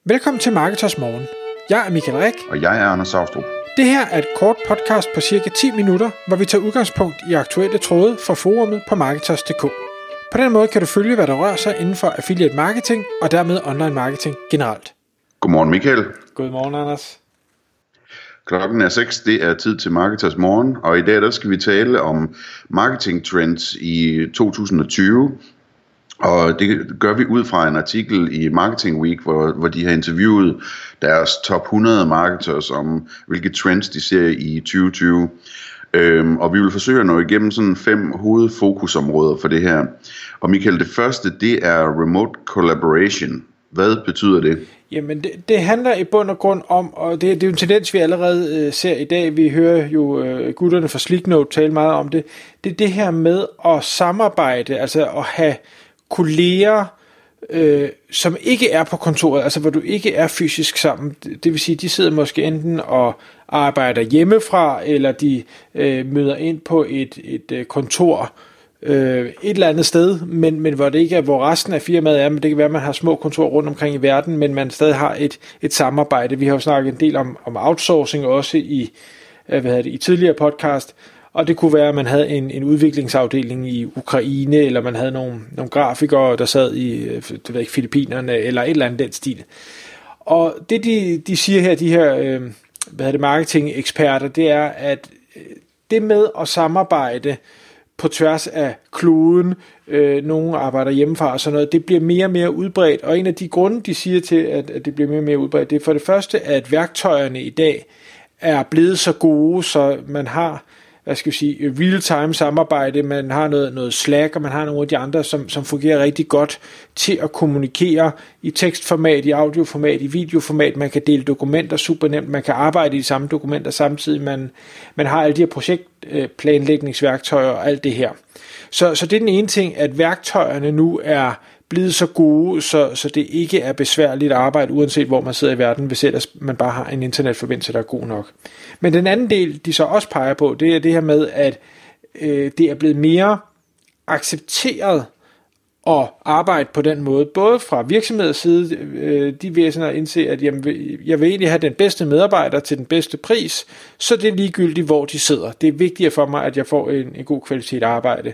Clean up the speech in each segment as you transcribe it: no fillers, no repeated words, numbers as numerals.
Velkommen til Marketers Morgen. Jeg er Michael Rik. Og jeg er Anders Saustrup. Det her er et kort podcast på cirka 10 minutter, hvor vi tager udgangspunkt i aktuelle tråde fra forumet på Marketers.dk. På den måde kan du følge, hvad der rører sig inden for affiliate marketing og dermed online marketing generelt. Godmorgen Michael. Godmorgen Anders. Klokken er 6, det er tid til Marketers Morgen, og i dag der skal vi tale om marketing trends i 2020. Og det gør vi ud fra en artikel i Marketing Week, hvor de har interviewet deres top 100 marketers om, hvilke trends de ser i 2020. Og vi vil forsøge at nå igennem sådan 5 hovedfokusområder for det her. Og Michael, det første, det er remote collaboration. Hvad betyder det? Jamen det handler i bund og grund om, og det er jo en tendens, vi allerede ser i dag. Vi hører jo gutterne fra Slicknote tale meget om det. Det er det her med at samarbejde, altså at have kolleger, som ikke er på kontoret, altså hvor du ikke er fysisk sammen. Det vil sige, de sidder måske enten og arbejder hjemmefra, eller de møder ind på et kontor et eller andet sted, men hvor det ikke er, hvor resten af firmaet er, men det kan være, at man har små kontorer rundt omkring i verden, men man stadig har et samarbejde. Vi har jo snakket en del om outsourcing også i tidligere podcast, og det kunne være, at man havde en udviklingsafdeling i Ukraine, eller man havde nogle grafikere, der sad i Filippinerne, eller et eller andet den stil. Og det de siger her, de her marketing-eksperter, det er, at det med at samarbejde på tværs af kloden, nogen arbejder hjemmefra og sådan noget, det bliver mere og mere udbredt, og en af de grunde, de siger til, at det bliver mere og mere udbredt, det er for det første, at værktøjerne i dag er blevet så gode, så man har real-time samarbejde, man har noget Slack, og man har nogle af de andre, som fungerer rigtig godt til at kommunikere i tekstformat, i audioformat, i videoformat. Man kan dele dokumenter super nemt, man kan arbejde i de samme dokumenter samtidig, man har alle de her projektplanlægningsværktøjer og alt det her. Så det er den ene ting, at værktøjerne nu er blevet så gode, så det ikke er besværligt at arbejde, uanset hvor man sidder i verden, hvis ellers man bare har en internetforbindelse, der er god nok. Men den anden del, de så også peger på, det er det her med, at det er blevet mere accepteret at arbejde på den måde, både fra virksomheders side, de vil sådan at indse, at jeg vil egentlig have den bedste medarbejder til den bedste pris, så det er ligegyldigt, hvor de sidder. Det er vigtigere for mig, at jeg får en god kvalitet arbejde.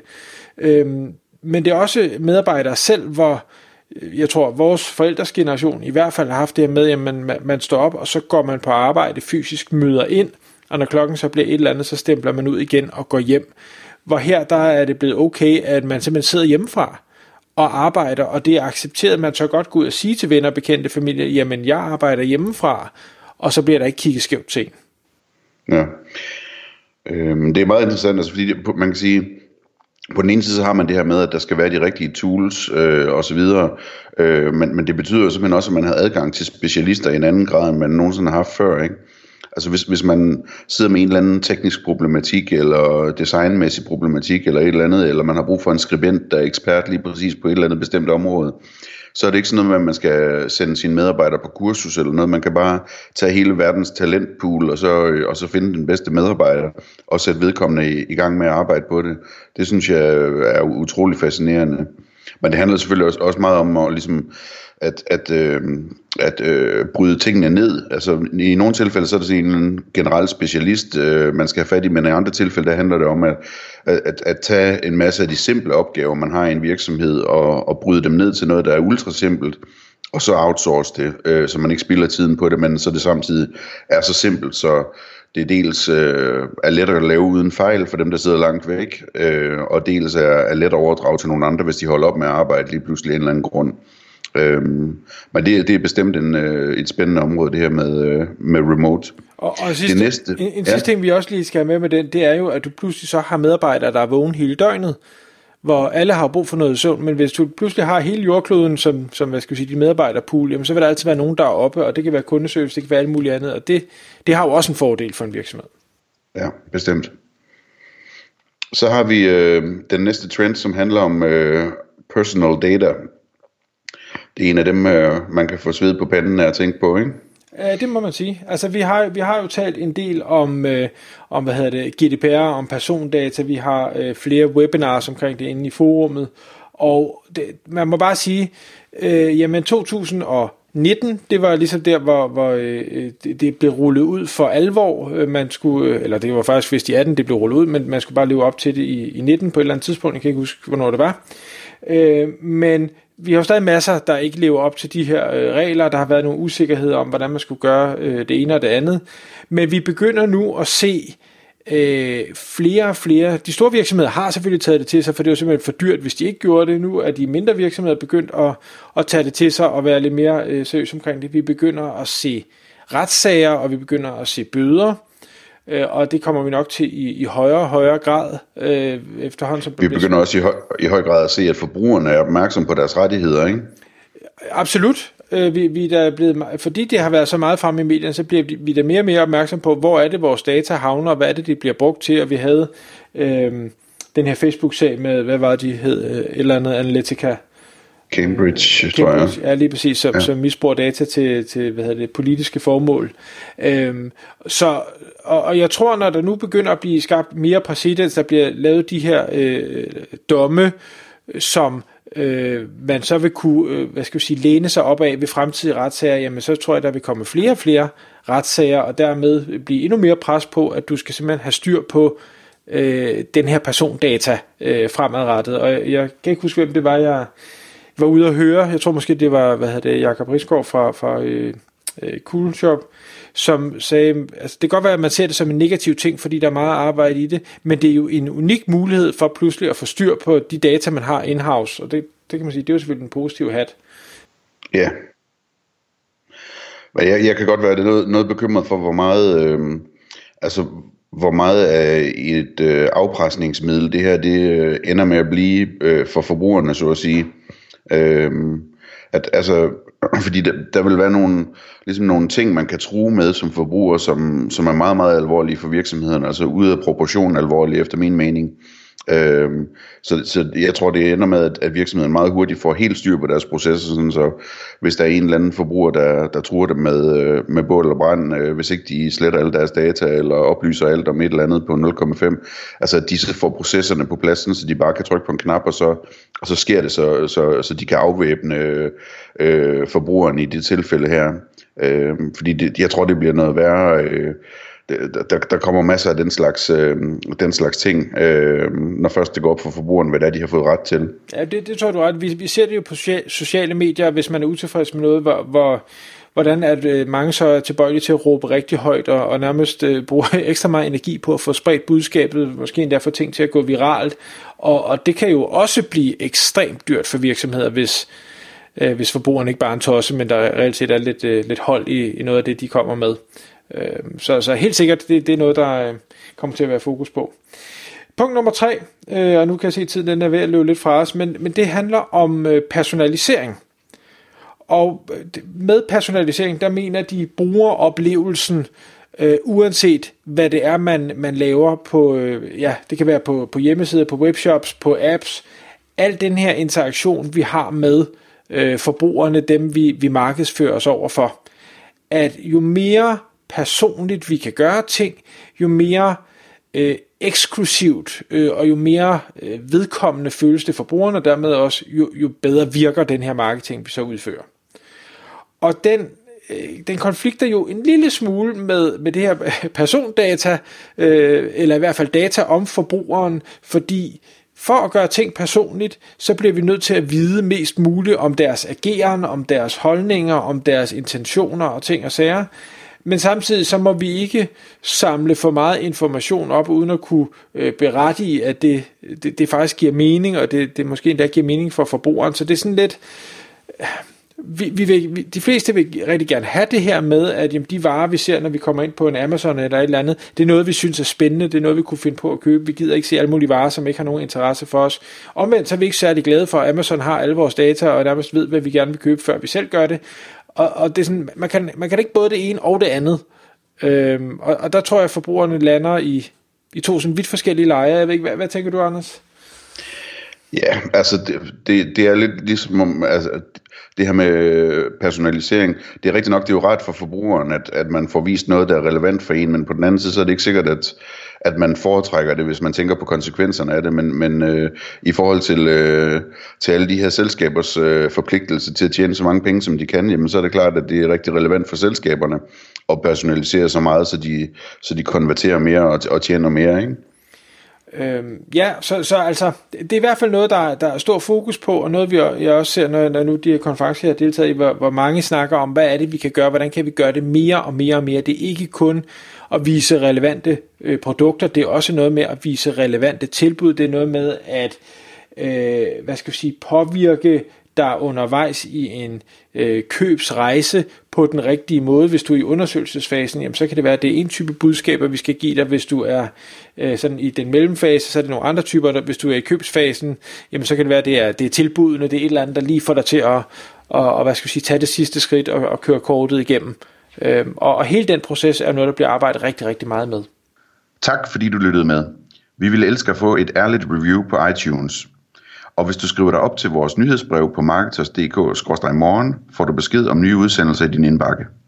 Men det er også medarbejdere selv, hvor jeg tror, vores forældres generation i hvert fald har haft det her med, at man står op, og så går man på arbejde fysisk, møder ind, og når klokken så bliver et eller andet, så stempler man ud igen og går hjem. Hvor her, der er det blevet okay, at man simpelthen sidder hjemmefra og arbejder, og det er accepteret, at man så godt gå ud og sige til venner og bekendte familie, jamen jeg arbejder hjemmefra, og så bliver der ikke kigget skævt til en. Ja, det er meget interessant, altså, fordi man kan sige, på den ene side så har man det her med, at der skal være de rigtige tools og så videre, men det betyder jo simpelthen også, at man har adgang til specialister i en anden grad, end man nogensinde har haft før, ikke? Altså hvis man sidder med en eller anden teknisk problematik, eller designmæssig problematik, eller et eller andet, eller man har brug for en skribent, der er ekspert lige præcis på et eller andet bestemt område, så er det ikke sådan noget, at man skal sende sine medarbejdere på kursus eller noget. Man kan bare tage hele verdens talentpool, og så finde den bedste medarbejder, og sætte vedkommende i gang med at arbejde på det. Det synes jeg er utrolig fascinerende. Men det handler selvfølgelig også meget om at, ligesom, at bryde tingene ned. Altså i nogle tilfælde så er det sådan en generel specialist, man skal have fat i, men i andre tilfælde der handler det om at tage en masse af de simple opgaver, man har i en virksomhed, og bryde dem ned til noget, der er ultra simpelt, og så outsource det, så man ikke spilder tiden på det, men så det samtidig er så simpelt, så det dels er lettere at lave uden fejl for dem, der sidder langt væk, og dels er let at overdrage til nogle andre, hvis de holder op med at arbejde lige pludselig af en eller anden grund. Men det er bestemt et spændende område, det her med remote. Og sidste ting, vi også lige skal have med den, det er jo, at du pludselig så har medarbejdere, der er vågen hele døgnet, hvor alle har brug for noget søvn, men hvis du pludselig har hele jordkloden som de medarbejderpool, jamen så vil der altid være nogen, der er oppe, og det kan være kundeservice, det kan være alt muligt andet, og det har jo også en fordel for en virksomhed. Ja, bestemt. Så har vi den næste trend, som handler om personal data. Det er en af dem, man kan få sved på panden af at tænke på, ikke? Det må man sige. Altså vi har jo talt en del om GDPR, om persondata. Vi har flere webinars omkring det inde i forummet. Og man må bare sige, jamen 2019 19, det var ligesom der, hvor det blev rullet ud for alvor. Man skulle, eller det var faktisk vist i 18, det blev rullet ud, men man skulle bare leve op til det i 19 på et eller andet tidspunkt. Jeg kan ikke huske, hvornår det var. Men vi har jo stadig masser, der ikke lever op til de her regler. Der har været nogle usikkerheder om, hvordan man skulle gøre det ene og det andet. Men vi begynder nu at se flere og flere. De store virksomheder har selvfølgelig taget det til sig, for det er jo simpelthen for dyrt, hvis de ikke gjorde det. Nu er de mindre virksomheder begyndt at tage det til sig og være lidt mere seriøse omkring det. Vi begynder at se retssager, og vi begynder at se bøder. Og det kommer vi nok til i højere og højere grad efterhånden. Som vi begynder også i høj grad at se, at forbrugerne er opmærksom på deres rettigheder, ikke? Absolut. Vi der er blevet, fordi det har været så meget fremme i medierne, så bliver vi da mere og mere opmærksom på, hvor er det vores data havner, og hvad er det, de bliver brugt til. Og vi havde den her Facebook-sag med, hvad var de hed, et eller andet Analytica. Cambridge, tror jeg. Ja, lige præcis, som misbruger data til politiske formål. Og jeg tror, når der nu begynder at blive skabt mere præcedens, der bliver lavet de her domme, som man så vil kunne, læne sig op af ved fremtidige retssager, jamen så tror jeg, der vil komme flere og flere retssager, og dermed blive endnu mere pres på, at du skal simpelthen have styr på den her persondata fremadrettet. Og jeg kan ikke huske, hvem det var, jeg var ude at høre. Jeg tror måske, det var, Jakob Risgaard fra Cool Shop, som sagde, altså det kan godt være, at man ser det som en negativ ting, fordi der er meget arbejde i det, men det er jo en unik mulighed for pludselig at få styr på de data, man har in-house, og det kan man sige, det er jo selvfølgelig en positiv hat. Ja. Jeg kan godt være noget bekymret for, hvor meget af et afpresningsmiddel det her, det ender med at blive for forbrugerne, så at sige. Fordi der vil være nogle ting, man kan true med som forbruger, som er meget, meget alvorlige for virksomhederne, altså ude af proportion alvorlige, efter min mening. Så jeg tror, det ender med, at virksomheden meget hurtigt får helt styr på deres processer, sådan så hvis der er en eller anden forbruger, der truer dem med bål eller brand, hvis ikke de sletter alle deres data, eller oplyser alt om et eller andet på 0,5, altså at de så får processerne på pladsen, så de bare kan trykke på en knap, og så sker det, så de kan afvæbne forbrugeren i det tilfælde her. Fordi jeg tror, det bliver noget værre. Der kommer masser af den slags ting, når først det går op for forbrugeren, hvad det er, de har fået ret til. Ja, det tror du ret. Vi ser det jo på sociale medier, hvis man er utilfreds med noget, hvordan at mange så er tilbøjelige til at råbe rigtig højt, og nærmest bruge ekstra meget energi på at få spredt budskabet, måske endda få ting til at gå viralt, og det kan jo også blive ekstremt dyrt for virksomheder, hvis forbrugeren ikke bare er en tosse, men der reelt set er lidt hold i noget af det, de kommer med. Så helt sikkert, det er noget, der kommer til at være fokus på. Punkt nummer 3, og nu kan jeg se, at tiden den er ved at løbe lidt fra os, men det handler om personalisering. Og med personalisering, der mener de brugeroplevelsen, uanset hvad det er, man laver på, det kan være på hjemmesider, på webshops, på apps, al den her interaktion, vi har med forbrugerne, dem vi markedsfører os over for, at jo mere personligt vi kan gøre ting, jo mere eksklusivt og jo mere vedkommende føles det for brugerne, og dermed også jo bedre virker den her marketing, vi så udfører. Og den konflikter jo en lille smule med det her persondata, eller i hvert fald data om forbrugeren, fordi for at gøre ting personligt, så bliver vi nødt til at vide mest muligt om deres ageren, om deres holdninger, om deres intentioner og ting og sager. Men samtidig så må vi ikke samle for meget information op, uden at kunne berettige, at det faktisk giver mening, og det måske endda giver mening for forbrugeren. Så det er sådan lidt... de fleste vil rigtig gerne have det her med, at jamen, de varer, vi ser, når vi kommer ind på en Amazon eller et eller andet, det er noget, vi synes er spændende, det er noget, vi kunne finde på at købe. Vi gider ikke se alle mulige varer, som ikke har nogen interesse for os. Omvendt så er vi ikke særlig glade for, at Amazon har alle vores data, og nærmest ved, hvad vi gerne vil købe, før vi selv gør det. Og det er sådan, man kan ikke både det ene og det andet. Og der tror jeg, at forbrugerne lander i to sådan vidt forskellige lejre. Jeg ved ikke, hvad tænker du, Anders? Ja, altså det er lidt ligesom om, altså, det her med personalisering, det er rigtigt nok, det er jo ret for forbrugeren, at man får vist noget, der er relevant for en, men på den anden side, så er det ikke sikkert, at man foretrækker det, hvis man tænker på konsekvenserne af det, men i forhold til alle de her selskabers forpligtelse til at tjene så mange penge, som de kan, jamen så er det klart, at det er rigtig relevant for selskaberne at personalisere så meget, så de konverterer mere og tjener mere, ikke? Ja, så altså, det er i hvert fald noget, der er stor fokus på, og noget, jeg også ser, når nu de her konferencer har deltaget i, hvor mange snakker om, hvad er det, vi kan gøre, hvordan kan vi gøre det mere og mere og mere. Det er ikke kun at vise relevante produkter, det er også noget med at vise relevante tilbud, det er noget med at, påvirke der undervejs i en købsrejse på den rigtige måde. Hvis du er i undersøgelsesfasen, jamen, så kan det være, at det er en type budskaber, vi skal give dig. Hvis du er sådan i den mellemfase, så er det nogle andre typer. Hvis du er i købsfasen, jamen, så kan det være, at det er tilbudene, det er et eller andet, der lige får dig til at tage det sidste skridt og køre kortet igennem. Og hele den proces er noget, der bliver arbejdet rigtig, rigtig meget med. Tak fordi du lyttede med. Vi ville elske at få et ærligt review på iTunes. Og hvis du skriver dig op til vores nyhedsbrev på marketers.dk/morgen, får du besked om nye udsendelser i din indbakke.